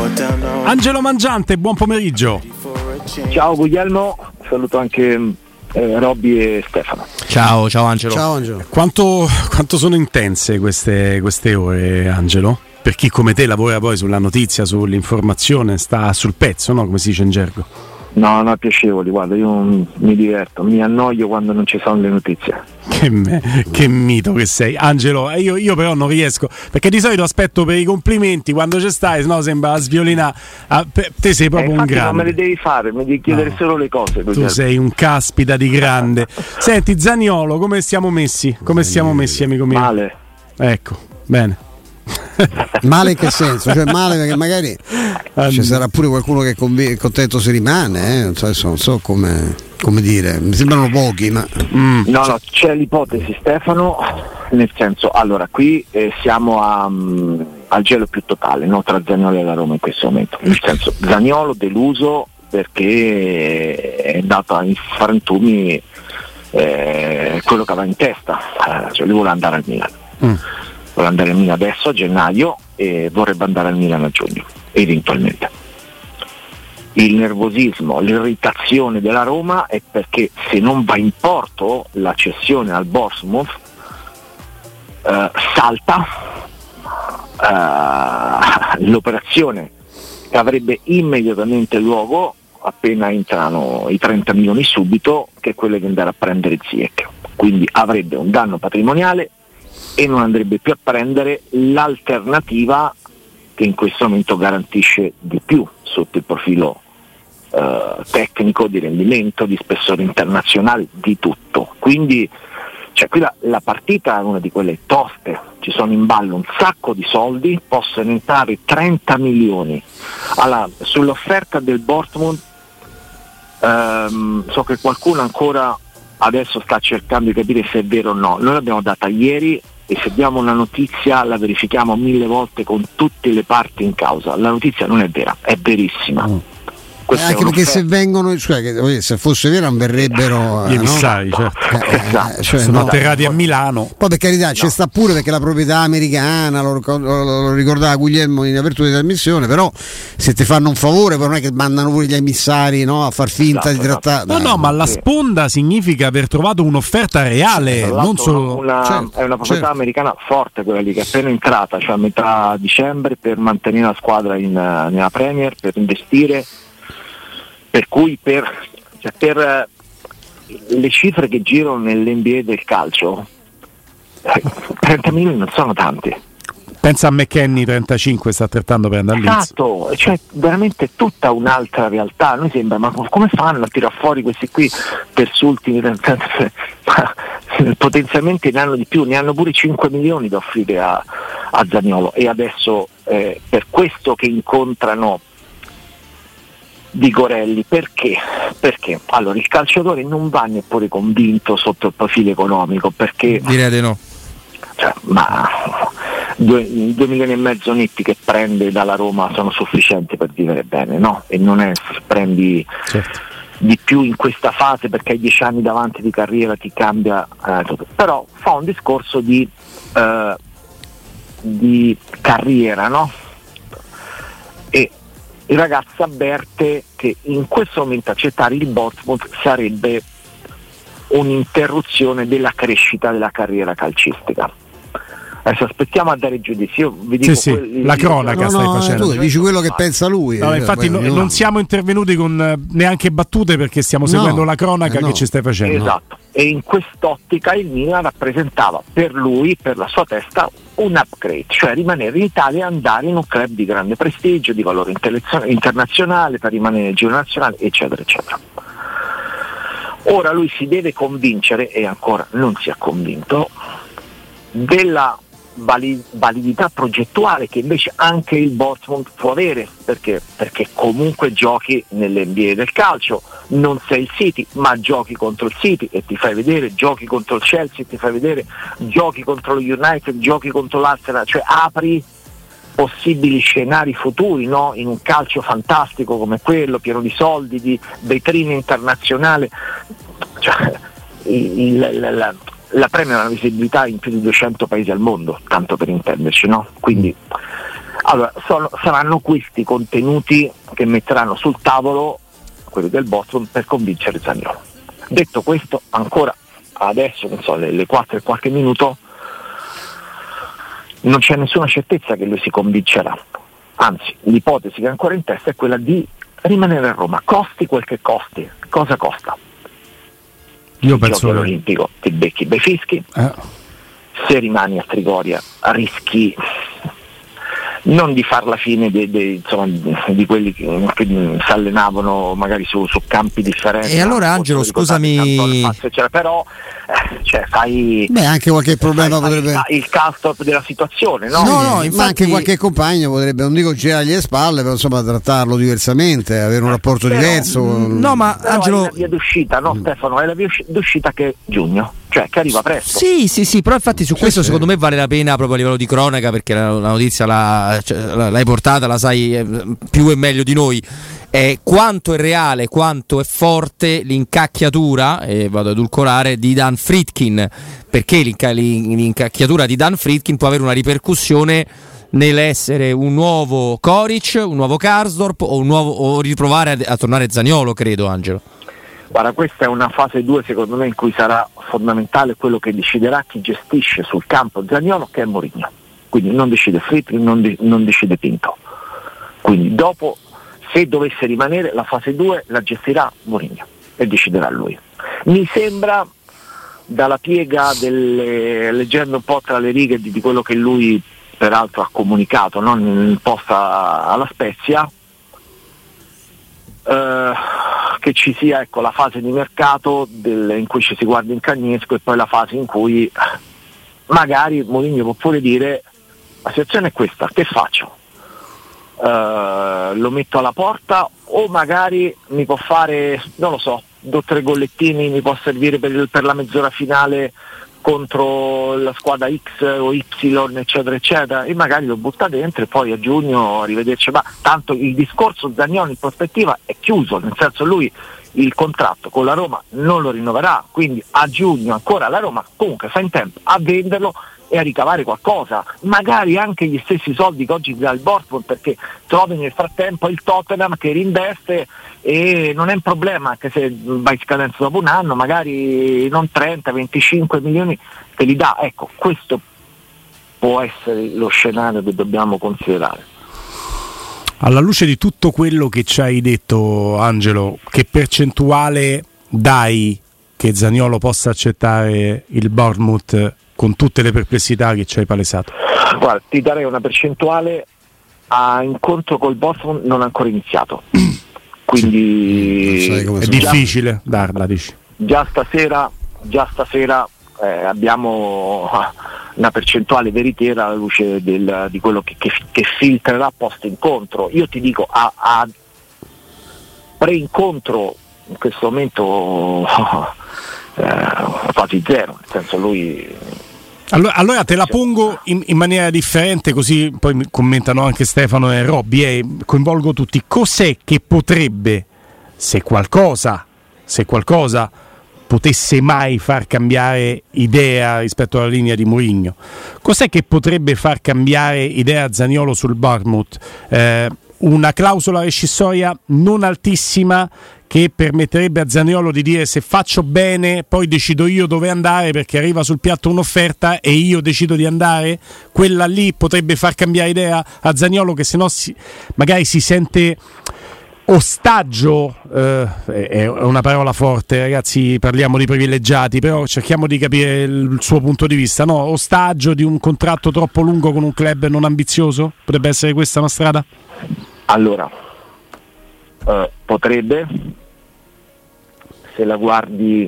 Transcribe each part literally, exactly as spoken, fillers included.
Angelo Mangiante, buon pomeriggio. Ciao Guglielmo, saluto anche eh, Robby e Stefano. Ciao, ciao Angelo. Ciao Angelo. Quanto, quanto sono intense queste, queste ore, Angelo? Per chi come te lavora poi sulla notizia, sull'informazione, sta sul pezzo, no? Come si dice in gergo. No, no, piacevoli, guarda, io mi diverto, mi annoio quando non ci sono le notizie. Che, me, che mito che sei, Angelo. Io, io però non riesco, perché di solito aspetto per i complimenti quando ci stai, no? Sembra la sviolina. Ah, te sei proprio eh, un grande. Non me le devi fare, mi devi chiedere no. solo le cose. Tu certo. sei un caspita di grande. Senti, Zaniolo, come stiamo messi? Come stiamo messi, amico mio? Male. Ecco, bene. Male in che senso? Cioè male perché magari um, ci sarà pure qualcuno che è conv- contento se rimane, eh? non, so, adesso non so come, come dire, mi sembrano pochi, ma mm. no, no, c'è l'ipotesi, Stefano, nel senso, allora qui eh, siamo a, um, al gelo più totale, no? Tra Zaniolo e la Roma in questo momento, nel senso Zaniolo deluso perché è andato in frantumi eh, quello che aveva in testa, eh, cioè lui vuole andare al Milan. Mm. Vuole andare al Milan adesso a gennaio e vorrebbe andare al Milan a giugno, eventualmente. Il nervosismo, l'irritazione della Roma è perché se non va in porto la cessione al Bournemouth eh, salta eh, l'operazione che avrebbe immediatamente luogo appena entrano i trenta milioni subito, che è quello di andare a prendere Ziyech. Quindi avrebbe un danno patrimoniale e non andrebbe più a prendere l'alternativa che in questo momento garantisce di più sotto il profilo eh, tecnico, di rendimento, di spessore internazionale, di tutto. Quindi cioè, qui la, la partita è una di quelle toste, ci sono in ballo un sacco di soldi, possono entrare trenta milioni. Allora, sull'offerta del Dortmund ehm, so che qualcuno ancora adesso sta cercando di capire se è vero o no. Noi l'abbiamo data ieri e se diamo una notizia la verifichiamo mille volte con tutte le parti in causa. La notizia non è vera, è verissima. Mm. Eh, anche perché se vengono, cioè, se fosse vero non verrebbero gli emissari, no? certo. eh, esatto. cioè, sono no. atterrati a Milano. Poi per carità no. ci sta pure perché la proprietà americana, lo, lo, lo ricordava Guglielmo in apertura di trasmissione, però se ti fanno un favore poi non è che mandano pure gli emissari, no, a far finta esatto, di trattare. No, no, ma la sponda significa aver trovato un'offerta reale, sì, non solo una, certo, è una proprietà certo. americana forte quella lì, che è appena entrata, cioè a metà dicembre, per mantenere la squadra in, nella Premier, per investire. Per cui per, cioè per uh, le cifre che girano nell'N B A del calcio, eh, trenta milioni non sono tanti. Pensa a McKennie, trentacinque, sta trattando per andare all'Inizio. Esatto, cioè veramente tutta un'altra realtà. A noi sembra, ma come fanno a tirar fuori questi qui terzultimi? Potenzialmente ne hanno di più, ne hanno pure cinque milioni da offrire a, a Zaniolo, e adesso eh, per questo che incontrano di Gorelli. Perché? Perché allora il calciatore non va neppure convinto sotto il profilo economico, perché direi di no, cioè, ma due, due milioni e mezzo netti che prende dalla Roma sono sufficienti per vivere bene, no? E non è se prendi certo. di più in questa fase perché hai dieci anni davanti di carriera ti cambia eh, tutto. Però fa un discorso di eh, di carriera, no? E il ragazzo avverte che in questo momento accettare il Bournemouth sarebbe un'interruzione della crescita della carriera calcistica. Adesso aspettiamo a dare giudizio. Io vi dico sì, quelli, sì, la cronaca no, stai no, facendo. Tu dici quello che pensa lui. No, eh, infatti beh, no, non siamo intervenuti con neanche battute perché stiamo seguendo no, la cronaca eh no. che ci stai facendo. Esatto. E in quest'ottica il Milan rappresentava per lui, per la sua testa, un upgrade, cioè rimanere in Italia e andare in un club di grande prestigio, di valore internazionale, per rimanere nel giro nazionale, eccetera, eccetera. Ora lui si deve convincere, e ancora non si è convinto, della validità progettuale che invece anche il Bournemouth può avere. Perché? Perché comunque giochi nell'N B A del calcio, non sei il City ma giochi contro il City e ti fai vedere, giochi contro il Chelsea e ti fai vedere, giochi contro lo United, giochi contro l'Arsenal, cioè apri possibili scenari futuri, no? In un calcio fantastico come quello, pieno di soldi, di vetrine internazionale, cioè, il, il, la, la Premier ha una visibilità in più di duecento paesi al mondo, tanto per intenderci, no? Quindi Allora, sono, saranno questi contenuti che metteranno sul tavolo quelli del Boston per convincere Zaniolo. Detto questo, ancora adesso, non so, le, le quattro e qualche minuto, non c'è nessuna certezza che lui si convincerà. Anzi, l'ipotesi che è ancora in testa è quella di rimanere a Roma, costi quel che costi. Cosa costa? Io penso che all'Olimpico ti becchi bei fischi, eh. se rimani a Trigoria rischi non di far la fine de, de, insomma, di quelli che, che si allenavano magari su, su campi differenti. E allora Angelo, scusami, cioè, però eh, cioè, fai beh, anche qualche problema fai, potrebbe fai il castop della situazione, no? No, sì, no, infatti... ma anche qualche compagno potrebbe, non dico girargli le spalle, però insomma trattarlo diversamente, avere un rapporto però, diverso. No, ma però Angelo, è la via d'uscita, no Stefano, è la via d'uscita che è giugno, cioè che arriva presto. Sì, sì, sì, però infatti su sì, questo sì. secondo me vale la pena proprio a livello di cronaca, perché la, la notizia la, cioè, l'hai portata, la sai più e meglio di noi. Eh, quanto è reale, quanto è forte l'incacchiatura, e eh, vado ad edulcorare, di Dan Friedkin, perché l'inca- l'incacchiatura di Dan Friedkin può avere una ripercussione nell'essere un nuovo Koric, un nuovo Karsdorp o, un nuovo, o riprovare a, a tornare Zaniolo, credo, Angelo. Guarda, questa è una fase due secondo me in cui sarà fondamentale quello che deciderà chi gestisce sul campo Zaniolo, che è Mourinho. Quindi non decide Friedkin, non, de- non decide Pinto. Quindi dopo, se dovesse rimanere, la fase due la gestirà Mourinho e deciderà lui. Mi sembra, dalla piega delle, leggendo un po' tra le righe di, di quello che lui peraltro ha comunicato, no? Nel post alla Spezia, eh, che ci sia, ecco, la fase di mercato del, in cui ci si guarda in cagnesco, e poi la fase in cui magari Mourinho può pure dire: la situazione è questa, che faccio? Uh, lo metto alla porta o magari mi può fare, non lo so, due o tre gollettini, mi può servire per, il, per la mezz'ora finale contro la squadra X o Y, eccetera eccetera, e magari lo butta dentro e poi a giugno arrivederci. Ma tanto il discorso Zaniolo in prospettiva è chiuso, nel senso, lui il contratto con la Roma non lo rinnoverà, quindi a giugno ancora la Roma comunque fa in tempo a venderlo e a ricavare qualcosa, magari anche gli stessi soldi che oggi dà il Dortmund, perché trovi nel frattempo il Tottenham che reinveste e non è un problema, anche se vai in scadenza dopo un anno, magari non trenta venticinque milioni te li dà. Ecco, questo può essere lo scenario che dobbiamo considerare. Alla luce di tutto quello che ci hai detto, Angelo, che percentuale dai che Zaniolo possa accettare il Bournemouth con tutte le perplessità che ci hai palesato? Guarda, ti darei una percentuale a incontro col Boston non ancora iniziato, quindi è difficile darla, dici? Già stasera, già stasera eh, abbiamo una percentuale veritiera alla luce del, di quello che, che, che filtrerà post incontro. Io ti dico, a, a pre-incontro in questo momento eh, quasi zero, nel senso lui... Allora, allora te la pongo in, in maniera differente, così poi mi commentano anche Stefano e Robby, e coinvolgo tutti. Cos'è che potrebbe, se qualcosa, se qualcosa potesse mai far cambiare idea rispetto alla linea di Mourinho, cos'è che potrebbe far cambiare idea a Zaniolo sul Bournemouth? Eh, una clausola rescissoria non altissima che permetterebbe a Zaniolo di dire: se faccio bene poi decido io dove andare, perché arriva sul piatto un'offerta e io decido di andare. Quella lì potrebbe far cambiare idea a Zaniolo, che sennò si, magari si sente ostaggio, eh, è una parola forte, ragazzi, parliamo di privilegiati, però cerchiamo di capire il suo punto di vista, no? Ostaggio di un contratto troppo lungo con un club non ambizioso? Potrebbe essere questa una strada? Allora, eh, potrebbe, se la guardi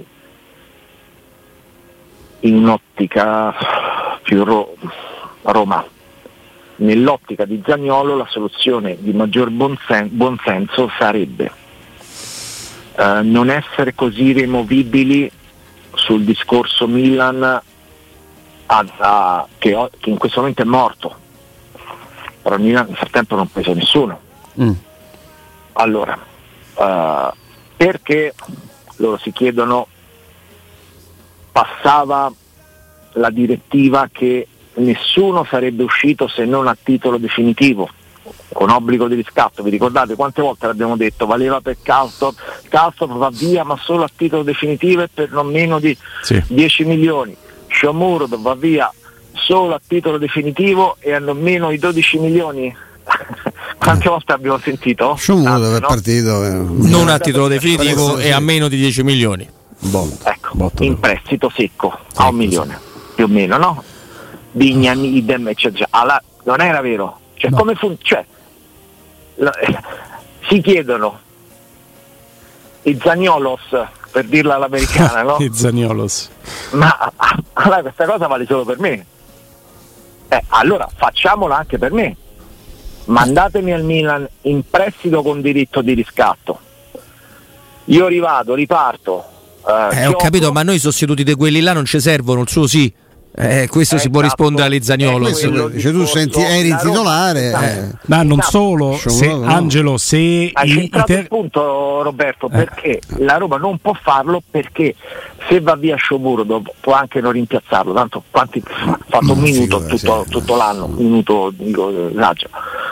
in un'ottica più ro- Roma, nell'ottica di Zaniolo la soluzione di maggior buonsen- buonsenso sarebbe eh, non essere così removibili sul discorso Milan a, a, che, ho, che in questo momento è morto, però Milan nel frattempo non ha preso nessuno. Mm. Allora, uh, perché loro si chiedono, passava la direttiva che nessuno sarebbe uscito se non a titolo definitivo, con obbligo di riscatto. Vi ricordate quante volte l'abbiamo detto? Valeva per Castor, Castor va via ma solo a titolo definitivo e per non meno di sì. dieci milioni. Shomurodov va via solo a titolo definitivo e a non meno di dodici milioni. Quante volte abbiamo sentito? Shomurodov è partito eh. non a titolo definitivo e a meno di dieci milioni. Bon. Ecco, Botto in prestito secco a ecco, un milione sì. più o meno, no? Bignam, idem, eccetera. Allora, non era vero. Cioè, no. come funziona? Cioè, la, eh, si chiedono i Zaniolos, per dirla all'americana, no? I Zaniolos. Ma allora questa cosa vale solo per me. Eh, allora facciamola anche per me. Mandatemi al Milan in prestito con diritto di riscatto. Io rivado, riparto. Eh, eh ho capito, ma noi sostituti di quelli là non ci servono, il suo sì. Eh, questo eh, si esatto. può rispondere alle Zaniolo. Dice, tu senti, eri titolare. Eh. Ma non solo, se, no. Angelo, se hai i, centrato i ter- il punto, Roberto, perché eh. la Roma non può farlo, perché se va via Shomurodov può anche non rimpiazzarlo, tanto quanti ha fatto un minuto figura, tutto, sì. tutto l'anno, un minuto dico raggio.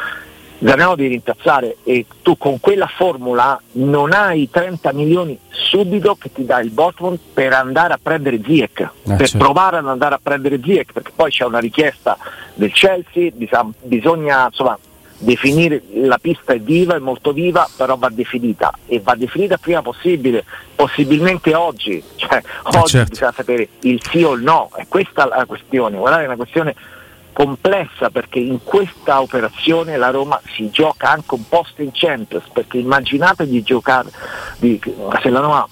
Zaniolo devi rimpiazzare e tu con quella formula non hai trenta milioni subito che ti dà il Dortmund per andare a prendere Ziyech, eh, per certo. provare ad andare a prendere Ziyech, perché poi c'è una richiesta del Chelsea, bisogna insomma definire, la pista è viva, è molto viva, però va definita e va definita prima possibile, possibilmente oggi, cioè eh, oggi certo. bisogna sapere il sì o il no, è questa la questione, guardate, è una questione complessa, perché in questa operazione la Roma si gioca anche un posto in Champions, perché immaginate di giocare di, se la Roma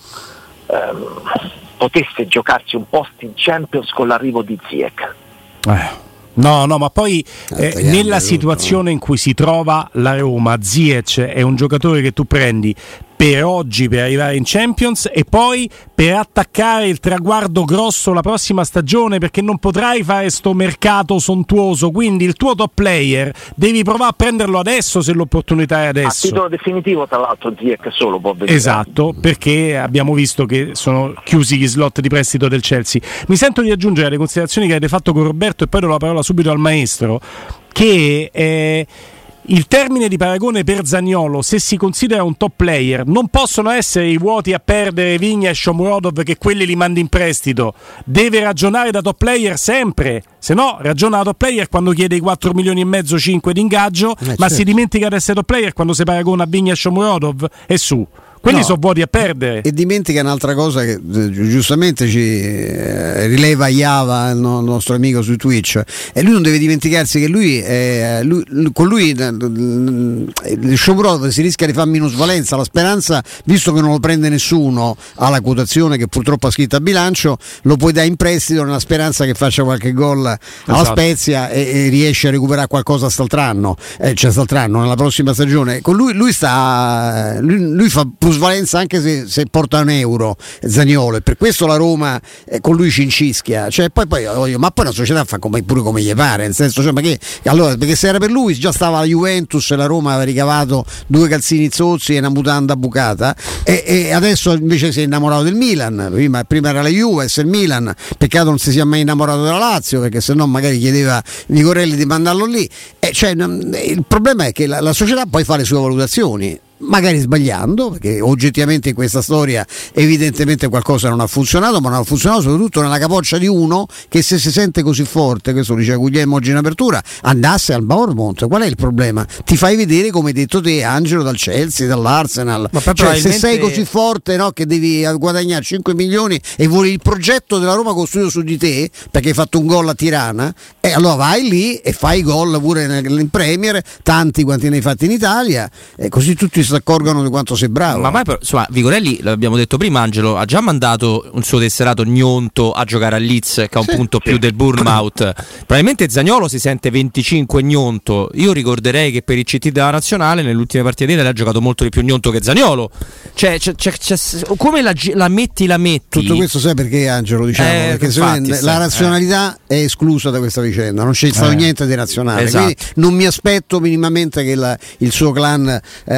ehm, potesse giocarsi un posto in Champions con l'arrivo di Ziyech. Eh. No, no, ma poi eh, nella situazione in cui si trova la Roma, Ziyech è un giocatore che tu prendi per oggi per arrivare in Champions e poi per attaccare il traguardo grosso la prossima stagione, perché non potrai fare sto mercato sontuoso, quindi il tuo top player devi provare a prenderlo adesso se l'opportunità è adesso. A titolo definitivo tra l'altro Ziyech solo può venire. Esatto, perché abbiamo visto che sono chiusi gli slot di prestito del Chelsea. Mi sento di aggiungere le considerazioni che avete fatto con Roberto e poi do la parola subito al maestro, che eh, il termine di paragone per Zaniolo, se si considera un top player, non possono essere i vuoti a perdere Vigna e Shomurodov che quelli li mandi in prestito. Deve ragionare da top player sempre, se no ragiona da top player quando chiede i quattro milioni e mezzo, cinque di ingaggio, eh, ma certo. si dimentica di essere top player quando si paragona a Vigna e Shomurodov e su. Quelli no, sono vuoti a perdere. E dimentica un'altra cosa che eh, giustamente ci eh, rileva Iava, il no, nostro amico su Twitch, e lui non deve dimenticarsi che lui, eh, lui con lui il Shomurodov si rischia di fare minusvalenza. La Speranza, visto che non lo prende nessuno alla quotazione che purtroppo ha scritto a bilancio, lo puoi dare in prestito nella speranza che faccia qualche gol alla esatto. Spezia e, e riesce a recuperare qualcosa st'altro eh, cioè st'altro nella prossima stagione. Con lui, lui sta lui, lui fa plusvalenza anche se, se porta un euro Zaniolo, e per questo la Roma eh, con lui ci incischia, cioè, poi, poi, oh, ma poi la società fa come, pure come gli pare, nel senso, cioè, ma che, allora, perché se era per lui già stava la Juventus e la Roma aveva ricavato due calzini zozzi e una mutanda bucata, e, e adesso invece si è innamorato del Milan. Prima, prima era la Juve, adesso il Milan, peccato non si sia mai innamorato della Lazio, perché se no magari chiedeva Vigorelli di mandarlo lì, e cioè, il problema è che la, la società poi fa le sue valutazioni, magari sbagliando, perché oggettivamente in questa storia evidentemente qualcosa non ha funzionato, ma non ha funzionato soprattutto nella capoccia di uno che, se si sente così forte, questo lo diceva Guglielmo oggi in apertura, andasse al Bournemouth. Qual è il problema? Ti fai vedere, come hai detto te, Angelo, dal Chelsea, dall'Arsenal, ma cioè, probabilmente... se sei così forte, no, che devi guadagnare cinque milioni e vuoi il progetto della Roma costruito su di te perché hai fatto un gol a Tirana, e allora vai lì e fai gol pure in Premier, tanti quanti ne hai fatti in Italia, e così tutti si accorgono di quanto sei bravo. Ma mai, insomma, Vigorelli, l'abbiamo detto prima, Angelo ha già mandato un suo tesserato gnonto a giocare a Leeds, che ha un sì, punto sì. più del Bournemouth. Probabilmente Zaniolo si sente venticinque gnonto. Io ricorderei che per il C T della nazionale nelle ultime partite d'Italia ha giocato molto di più gnonto che Zaniolo. Cioè, c'è, c'è, c'è, come la, la metti la metti. Tutto questo sai perché, Angelo, diciamo, eh, perché infatti, la sì, razionalità eh. è esclusa da questa vicenda, non c'è stato eh. niente di razionale. Esatto. Quindi non mi aspetto minimamente che la, il suo clan eh, accetti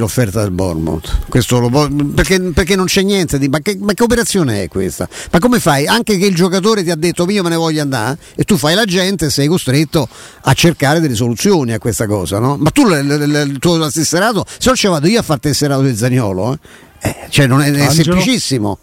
l'offerta del Bournemouth. Questo lo può, perché, perché non c'è niente di, ma, che, ma che operazione è questa? Ma come fai? Anche che il giocatore ti ha detto io me ne voglio andare e tu fai l'agente e sei costretto a cercare delle soluzioni a questa cosa, no? Ma tu l- l- l- il tuo tesserato, se non ci vado io a fare il tesserato di Zaniolo, eh? Eh, cioè non è, è semplicissimo.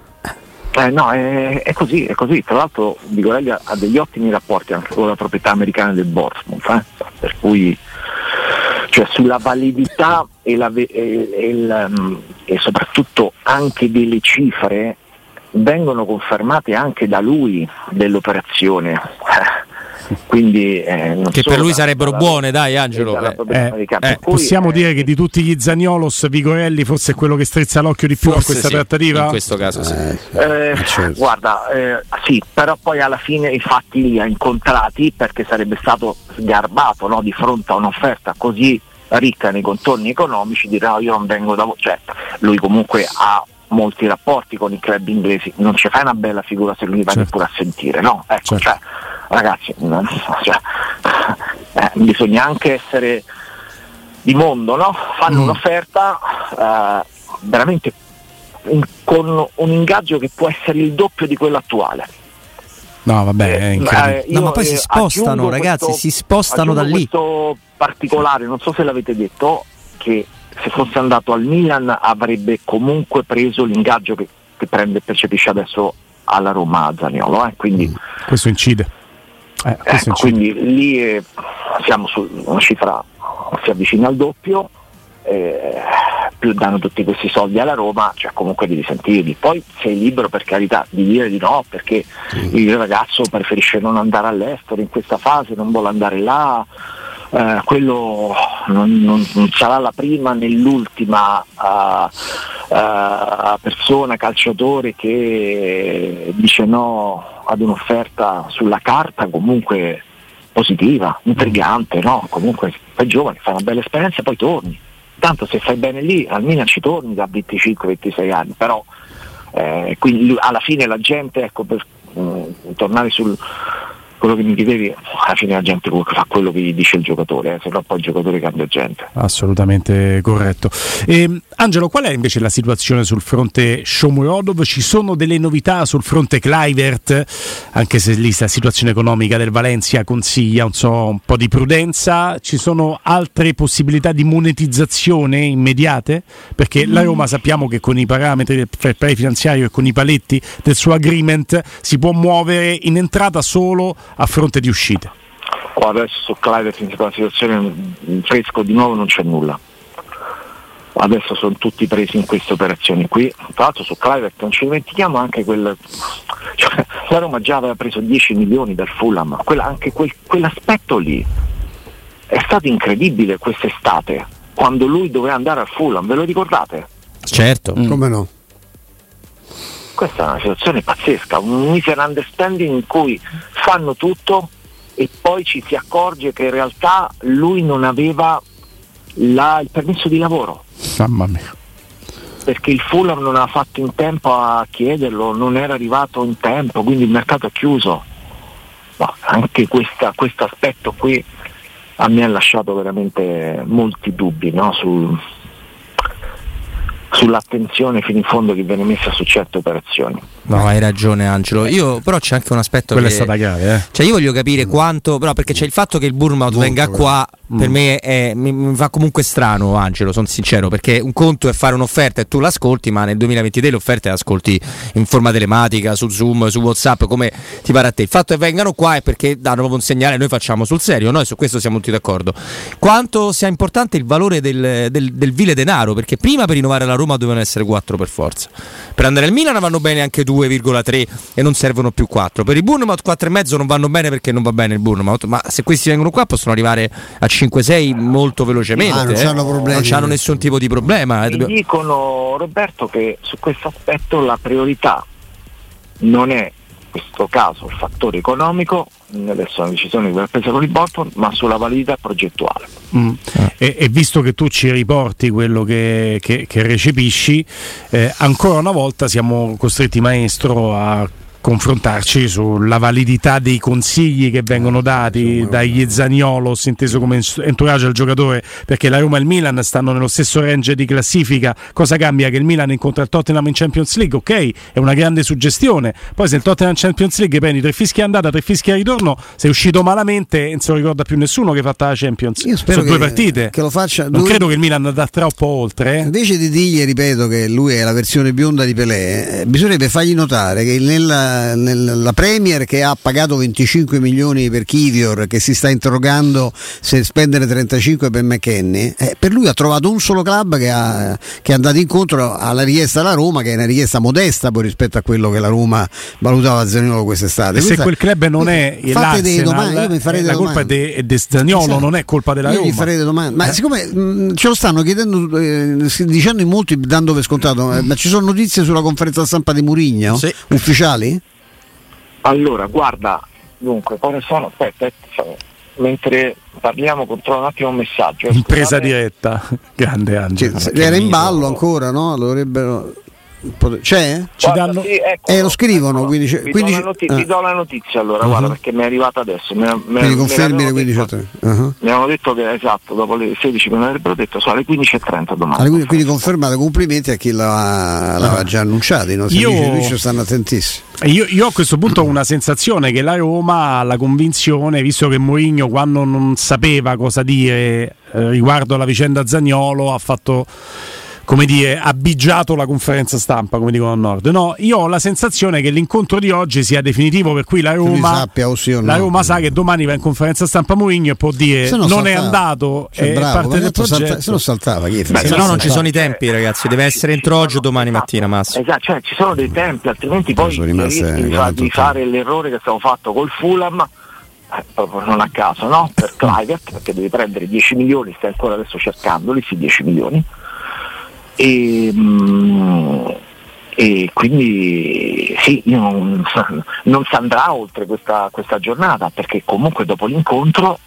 Eh, no, è, è così, è così. Tra l'altro Vigorelli ha, ha degli ottimi rapporti anche con la proprietà americana del Bournemouth, eh? Per cui, cioè, sulla validità e, la, e, e, il, e soprattutto anche delle cifre vengono confermate anche da lui dell'operazione. Quindi, eh, non che per lui sarebbero la, buone, dai Angelo. Eh, eh, eh, possiamo eh, dire che di tutti gli Zagnolos Vigorelli forse è quello che strizza l'occhio di più a questa sì, trattativa? In questo caso sì. Eh, eh, certo. Guarda, eh, sì, però poi alla fine i fatti li ha incontrati, perché sarebbe stato sgarbato, no, di fronte a un'offerta così ricca nei contorni economici, dire no, io non vengo da voi. Cioè, lui comunque ha molti rapporti con i club inglesi, non ci fai una bella figura se lui va certo. neppure a sentire, no? Ecco, certo. cioè, ragazzi, cioè, eh, bisogna anche essere di mondo, no? Fanno mm. un'offerta eh, veramente in, con un ingaggio che può essere il doppio di quello attuale. No, vabbè, è incredibile. Eh, io, no, ma poi si spostano, ragazzi, questo, si spostano da lì. Questo particolare, non so se l'avete detto, che se fosse andato al Milan avrebbe comunque preso l'ingaggio che, che prende e percepisce adesso alla Roma a Zaniolo, eh? Quindi, mm. questo incide. Eh, questo ecco, incide. quindi lì eh, siamo su una cifra si avvicina al doppio, eh, più danno tutti questi soldi alla Roma, cioè comunque devi sentirli. Poi sei libero, per carità, di dire di no, perché mm. il ragazzo preferisce non andare all'estero in questa fase, non vuole andare là. Eh, quello non, non, non sarà la prima né l'ultima uh, uh, persona, calciatore, che dice no ad un'offerta sulla carta comunque positiva, intrigante, no? Comunque fai giovane, fai una bella esperienza e poi torni. Tanto se fai bene lì, al Milan ci torni da venticinque ventisei anni, però eh, quindi alla fine la gente, ecco, per um, tornare sul quello che mi chiedevi, alla fine la gente fa quello che gli dice il giocatore, eh, se no poi il giocatore cambia gente. Assolutamente corretto. E, Angelo, qual è invece la situazione sul fronte Shomurodov? Ci sono delle novità sul fronte Kluivert, anche se lì la situazione economica del Valencia consiglia un, so, un po' di prudenza? Ci sono altre possibilità di monetizzazione immediate? Perché mm. la Roma sappiamo che con i parametri del fair play finanziario e con i paletti del suo agreement si può muovere in entrata solo a fronte di uscite. Oh, adesso su Kluivert in una situazione fresco di nuovo non c'è nulla. Adesso sono tutti presi in queste operazioni qui. Tra l'altro su Kluivert non ci dimentichiamo anche quel, cioè, la Roma già aveva preso dieci milioni dal Fulham, quella, anche quel, quell'aspetto lì è stato incredibile quest'estate, quando lui doveva andare al Fulham, ve lo ricordate? Certo. Mm. Come no? Questa è una situazione pazzesca, un misunderstanding in cui fanno tutto e poi ci si accorge che in realtà lui non aveva la, il permesso di lavoro. Mamma mia. Perché il Fulham non ha fatto in tempo a chiederlo, non era arrivato in tempo, quindi il mercato è chiuso. Ma anche questo aspetto qui a me ha lasciato veramente molti dubbi, no? Sul, sull'attenzione fino in fondo che viene messa su certe operazioni. No, hai ragione Angelo. Io però c'è anche un aspetto quella che è stata grave, eh. Cioè io voglio capire quanto, però perché c'è il fatto che il Bournemouth Molto venga grave. qua mm. per me è, mi, mi fa comunque strano, Angelo, sono sincero, perché un conto è fare un'offerta e tu l'ascolti, ma nel duemilaventitré le offerte le ascolti in forma telematica, su Zoom, su WhatsApp, come ti pare a te. Il fatto che vengano qua è perché danno proprio un segnale, noi facciamo sul serio, noi su questo siamo tutti d'accordo. Quanto sia importante il valore del, del, del vile denaro, perché prima per rinnovare la Roma dovevano essere quattro per forza, per andare al Milan vanno bene anche due virgola tre e non servono più quattro, per il Bournemouth quattro e mezzo non vanno bene perché non va bene il Bournemouth, ma se questi vengono qua possono arrivare a cinque sei molto velocemente, ah, non, eh. non hanno nessun tipo di problema. Mi dicono, Roberto, che su questo aspetto la priorità non è in questo caso il fattore economico, adesso è una decisione che verrà presa con il Bolton, ma sulla validità progettuale. Mm. E, e visto che tu ci riporti quello che, che, che recepisci, eh, ancora una volta siamo costretti, maestro, a confrontarci sulla validità dei consigli che vengono dati dagli Zaniolo, inteso come entourage al giocatore, perché la Roma e il Milan stanno nello stesso range di classifica. Cosa cambia? Che il Milan incontra il Tottenham in Champions League, ok, è una grande suggestione, poi se il Tottenham in Champions League prendi tre fischi andata, tre fischi a ritorno, sei uscito malamente e non se lo ricorda più nessuno che ha fatto la Champions. Io spero sono che, due partite che lo faccia. Non due... credo che il Milan andrà troppo oltre, eh. Invece di dirgli, ripeto, che lui è la versione bionda di Pelé, eh, bisognerebbe fargli notare che nella, nella Premier, che ha pagato venticinque milioni per Kivior, che si sta interrogando se spendere trentacinque per McKennie, eh, per lui ha trovato un solo club che, ha, che è andato incontro alla richiesta della Roma, che è una richiesta modesta poi rispetto a quello che la Roma valutava Zaniolo quest'estate. E se quel club non è l'Arsenal, domande, io mi farei la colpa domande. è di Zaniolo, esatto. Non è colpa della io Roma. Gli farei domande. Ma eh. siccome mh, ce lo stanno chiedendo, eh, dicendo in molti, dando per scontato, eh, ma ci sono notizie sulla conferenza stampa di Mourinho? Sì. Ufficiali? Allora, guarda, dunque, quali sono? Aspetta, mentre parliamo controllo un attimo un messaggio. In presa diretta, grande Angelo. Cioè, era in ballo ancora, no? Dovrebbero... C'è? Ci guarda, danno... sì, eccolo, eh, lo scrivono, eccolo. quindi, vi, quindi... Do notizia, ah. vi do la notizia allora, uh-huh. guarda, perché mi è arrivata adesso. Mi, mi, quindi confermi le quindici e trenta. Uh-huh. Mi avevano detto che esatto, dopo le sedici me l'avrebbero detto, sono alle quindici e trenta domani. Alle quindi, quindi confermate, complimenti a chi l'aveva, l'aveva già annunciato, i nostri io... amici ci stanno attentissimi. Io, io a questo punto ho una sensazione che la Roma ha la convinzione, visto che Mourinho quando non sapeva cosa dire eh, riguardo alla vicenda Zaniolo ha fatto, come dire, ha bigiato la conferenza stampa, come dicono a Nord. No, io ho la sensazione che l'incontro di oggi sia definitivo, per cui la Roma, sappia, o sì o no. la Roma sa che domani va in conferenza stampa Mourinho e può dire non saltava. è andato, cioè, è bravo, parte del progetto. Salta, se non saltava, chi Beh, se no non ci sono i tempi, ragazzi, deve essere entro oggi o domani mattina massimo. Esatto, cioè ci sono dei tempi, altrimenti poi rischi di fare l'errore che abbiamo fatto col Fulham. Eh, proprio non a caso, no? Per Kluivert, perché devi prendere dieci milioni, stai ancora adesso cercandoli, sì, dieci milioni. E, mm, e quindi sì, io non, non si andrà oltre questa, questa giornata, perché comunque dopo l'incontro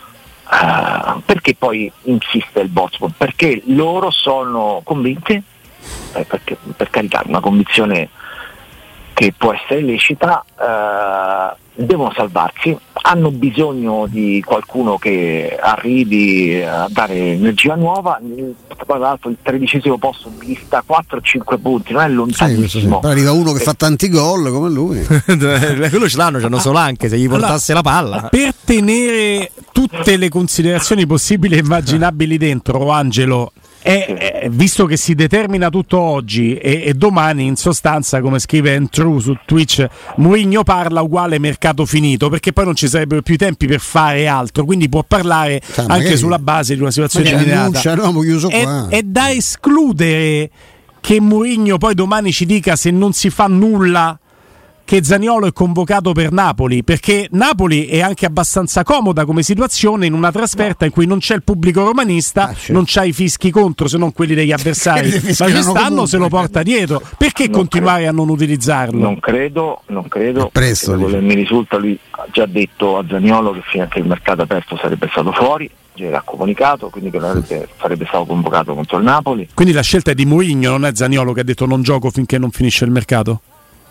uh, perché poi insiste il Boston? Perché loro sono convinti, eh, perché, per carità, una convinzione che può essere lecita, uh, devono salvarsi, hanno bisogno di qualcuno che arrivi a dare energia nuova. Tra l'altro il tredicesimo posto di lista quattro cinque punti, non è lontanissimo. Sì, sì. Arriva uno che e... fa tanti gol come lui. Quello ce l'hanno, c'hanno solo anche se gli portasse allora, la palla. Per tenere tutte le considerazioni possibili e immaginabili dentro, Angelo, È, è, visto che si determina tutto oggi e, e domani in sostanza, come scrive Andrew su Twitch, Mourinho parla uguale mercato finito, perché poi non ci sarebbero più tempi per fare altro, quindi può parlare cioè, anche magari, sulla base di una situazione delineata. È, è da escludere che Mourinho poi domani ci dica, se non si fa nulla, che Zaniolo è convocato per Napoli, perché Napoli è anche abbastanza comoda come situazione in una trasferta in cui non c'è il pubblico romanista, ah, certo. non c'ha i fischi contro, se non quelli degli avversari, ma quest'anno se lo porta dietro. Perché non continuare credo, a non utilizzarlo? Non credo, non credo. Presto, quello mi risulta, lui ha già detto a Zaniolo che fino a che il mercato aperto sarebbe stato fuori, gliel'ha comunicato, quindi che sarebbe, sarebbe stato convocato contro il Napoli. Quindi la scelta è di Mourinho, non è Zaniolo che ha detto non gioco finché non finisce il mercato?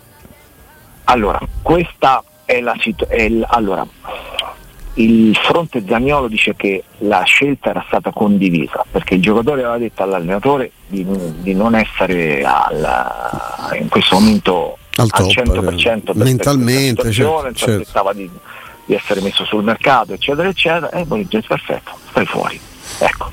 Allora, questa è la situazione. Allora, il fronte Zaniolo dice che la scelta era stata condivisa, perché il giocatore aveva detto all'allenatore di, di non essere al, in questo momento al, al top, cento per cento per mentalmente, certo, cioè, aspettava di, di essere messo sul mercato, eccetera, eccetera, e poi dice perfetto, stai fuori. Ecco.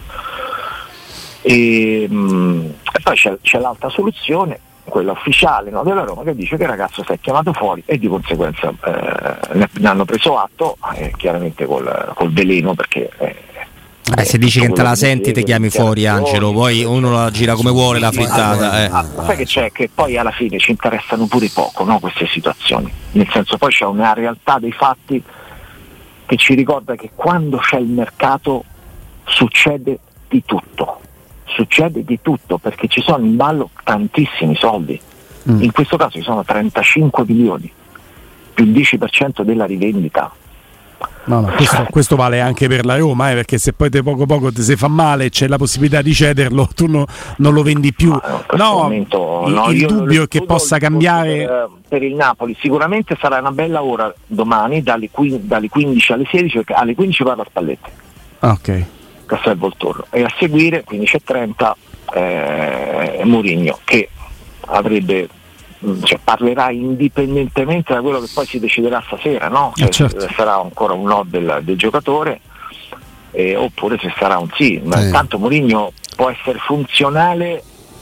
E, mh, e poi c'è, c'è l'altra soluzione, quella ufficiale, no, della Roma, che dice che il ragazzo si è chiamato fuori e di conseguenza eh, ne, ne hanno preso atto, eh, chiaramente col, col veleno, perché eh, eh, se dici che te la senti ti chiami fuori, Angelo, poi uno la gira come vuole la frittata. Eh. Ah, ma sai che c'è? Che poi alla fine ci interessano pure poco, no, queste situazioni, nel senso poi c'è una realtà dei fatti che ci ricorda che quando c'è il mercato succede di tutto. Succede di tutto, perché ci sono in ballo tantissimi soldi. Mm. In questo caso ci sono trentacinque milioni più il dieci per cento della rivendita. No, no, questo, questo vale anche per la Roma, eh, perché se poi te poco poco ti si fa male e c'è la possibilità di cederlo, tu no, non lo vendi più. Ah, no, momento, il, no, il dubbio è che possa cambiare per, per il Napoli. Sicuramente sarà una bella ora domani dalle, dalle quindici alle sedici, perché alle quindici parla Spalletti. Ah, ok. Castel Volturno, e a seguire quindici e trenta eh, Mourinho, che avrebbe, cioè, parlerà indipendentemente da quello che poi si deciderà stasera, no? Cioè, eh certo. sarà ancora un no del, del giocatore eh, oppure se sarà un sì, ma sì. Tanto Mourinho può essere funzionale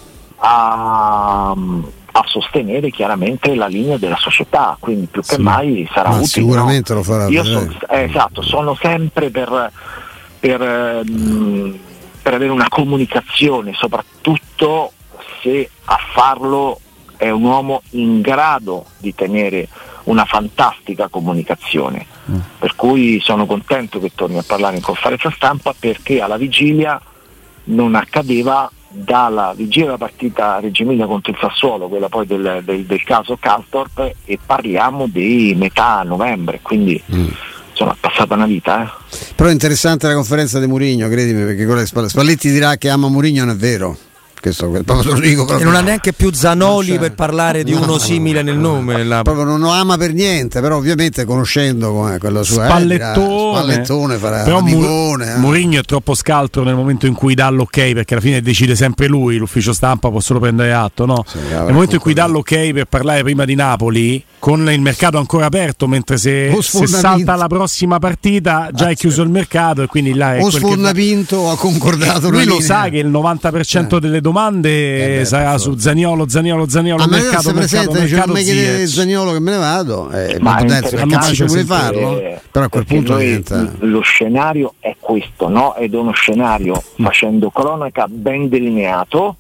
a, a sostenere chiaramente la linea della società, quindi più che sì. mai sarà ma utile. sicuramente no? lo farà. Io son, eh, esatto, sono sempre per Per, ehm, per avere una comunicazione, soprattutto se a farlo è un uomo in grado di tenere una fantastica comunicazione, mm. per cui sono contento che torni a parlare in conferenza stampa, perché alla vigilia non accadeva dalla vigilia della partita Reggio Emilia contro il Sassuolo, quella poi del, del, del caso Karsdorp, e parliamo di metà novembre, quindi mm. insomma è passata una vita. Eh. Però è interessante la conferenza di Mourinho, credimi, perché con le Spalletti dirà che ama Mourinho, non è vero. Questo, proprio lo dico proprio. E non ha neanche più Zanoli per parlare di no, uno simile nel nome. La... Proprio non lo ama per niente, però ovviamente conoscendo come quello sua Spallettone, eh, Spallettone farà però amicone, eh. Mourinho è troppo scaltro nel momento in cui dà l'ok, perché alla fine decide sempre lui, l'ufficio stampa può solo prendere atto, no? Sì, nel momento in cui dà l'ok per parlare prima di Napoli, con il mercato ancora aperto, mentre se, se salta la prossima partita già ah, è chiuso sì. il mercato, e quindi là è o Sfondapinto o ha concordato lui lo linea. sa che il novanta per cento eh. delle domande eh beh, sarà su Zaniolo, Zaniolo, Zaniolo, ah, mercato, mercato, presente, mercato, non mi chiede Zaniolo che me ne vado, eh, ma potesse vuole farlo, eh, però a quel punto diventa... lo scenario è questo, no? Ed è uno scenario mm. facendo cronaca ben delineato,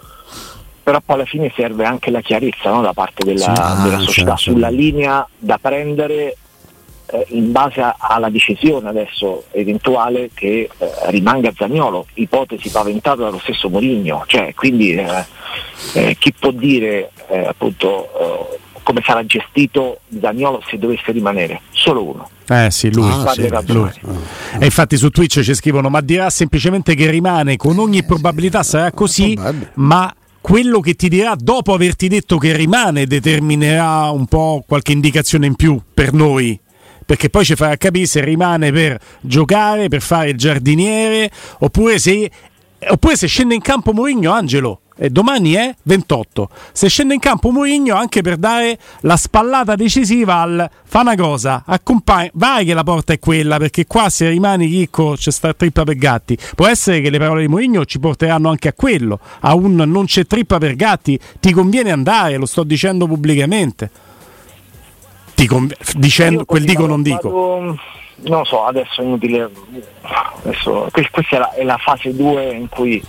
però poi alla fine serve anche la chiarezza, no? Da parte della, sì, della ah, società certo. sulla linea da prendere eh, in base a, alla decisione adesso eventuale che eh, rimanga Zaniolo, ipotesi paventata dallo stesso Mourinho, cioè quindi eh, eh, chi può dire eh, appunto eh, come sarà gestito Zaniolo se dovesse rimanere? Solo uno. Eh sì, lui. Ah, sì, lui. E infatti su Twitch ci scrivono: ma dirà semplicemente che rimane, con ogni probabilità sarà così, ma quello che ti dirà dopo averti detto che rimane determinerà un po' qualche indicazione in più per noi, perché poi ci farà capire se rimane per giocare, per fare il giardiniere, oppure se, oppure se scende in campo Mourinho, Angelo. E domani è ventotto. Se scende in campo Mourinho anche per dare la spallata decisiva al fa una cosa, accompagna, vai che la porta è quella, perché qua se rimani ricco c'è sta trippa per gatti. Può essere che le parole di Mourinho ci porteranno anche a quello, a un non c'è trippa per gatti, ti conviene andare, lo sto dicendo pubblicamente. Ti conv- dicendo quel dico non dico. Vado, non lo so, adesso è inutile. Adesso, questa è la, è la fase due in cui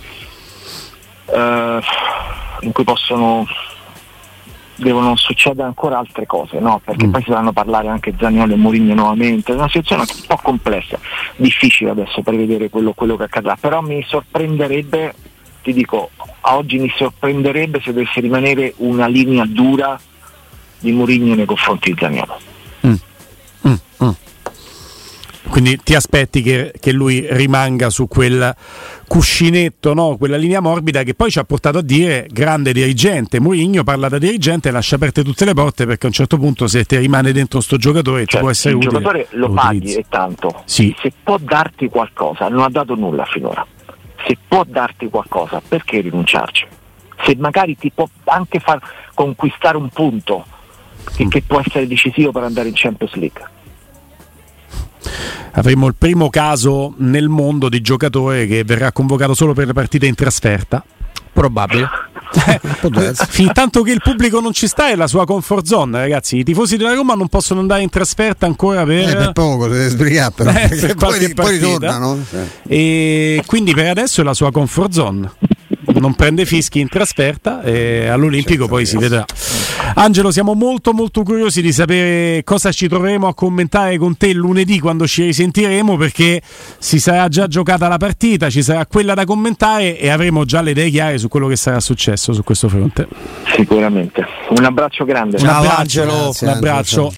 Uh, in cui possono devono succedere ancora altre cose, no? Perché mm. poi si dovranno parlare anche Zaniolo e Mourinho nuovamente. È una situazione un po' complessa, difficile adesso prevedere quello, quello che accadrà, però mi sorprenderebbe, ti dico, a oggi mi sorprenderebbe se dovesse rimanere una linea dura di Mourinho nei confronti di Zaniolo. Mm. Mm. Mm. Quindi ti aspetti che, che lui rimanga su quel cuscinetto, no? Quella linea morbida che poi ci ha portato a dire grande dirigente. Mourinho parla da dirigente e lascia aperte tutte le porte, perché a un certo punto se ti rimane dentro sto giocatore cioè, ti può essere il utile. Il giocatore lo, lo paghi utilizzi. E tanto, sì. Se può darti qualcosa, non ha dato nulla finora, se può darti qualcosa perché rinunciarci? Se magari ti può anche far conquistare un punto che, mm. che può essere decisivo per andare in Champions League. Avremo il primo caso nel mondo di giocatore che verrà convocato solo per le partite in trasferta. Probabile. Fin tanto che il pubblico non ci sta è la sua comfort zone, ragazzi. I tifosi della Roma non possono andare in trasferta ancora per, eh, per poco, deve sbrigare però, eh, per poi, poi ritornano. E quindi per adesso è la sua comfort zone. Non prende fischi in trasferta e all'Olimpico poi si vedrà. Angelo, siamo molto molto curiosi di sapere cosa ci troveremo a commentare con te lunedì quando ci risentiremo, perché si sarà già giocata la partita, ci sarà quella da commentare e avremo già le idee chiare su quello che sarà successo su questo fronte. Sicuramente. Un abbraccio grande. Un abbraccio, un abbraccio.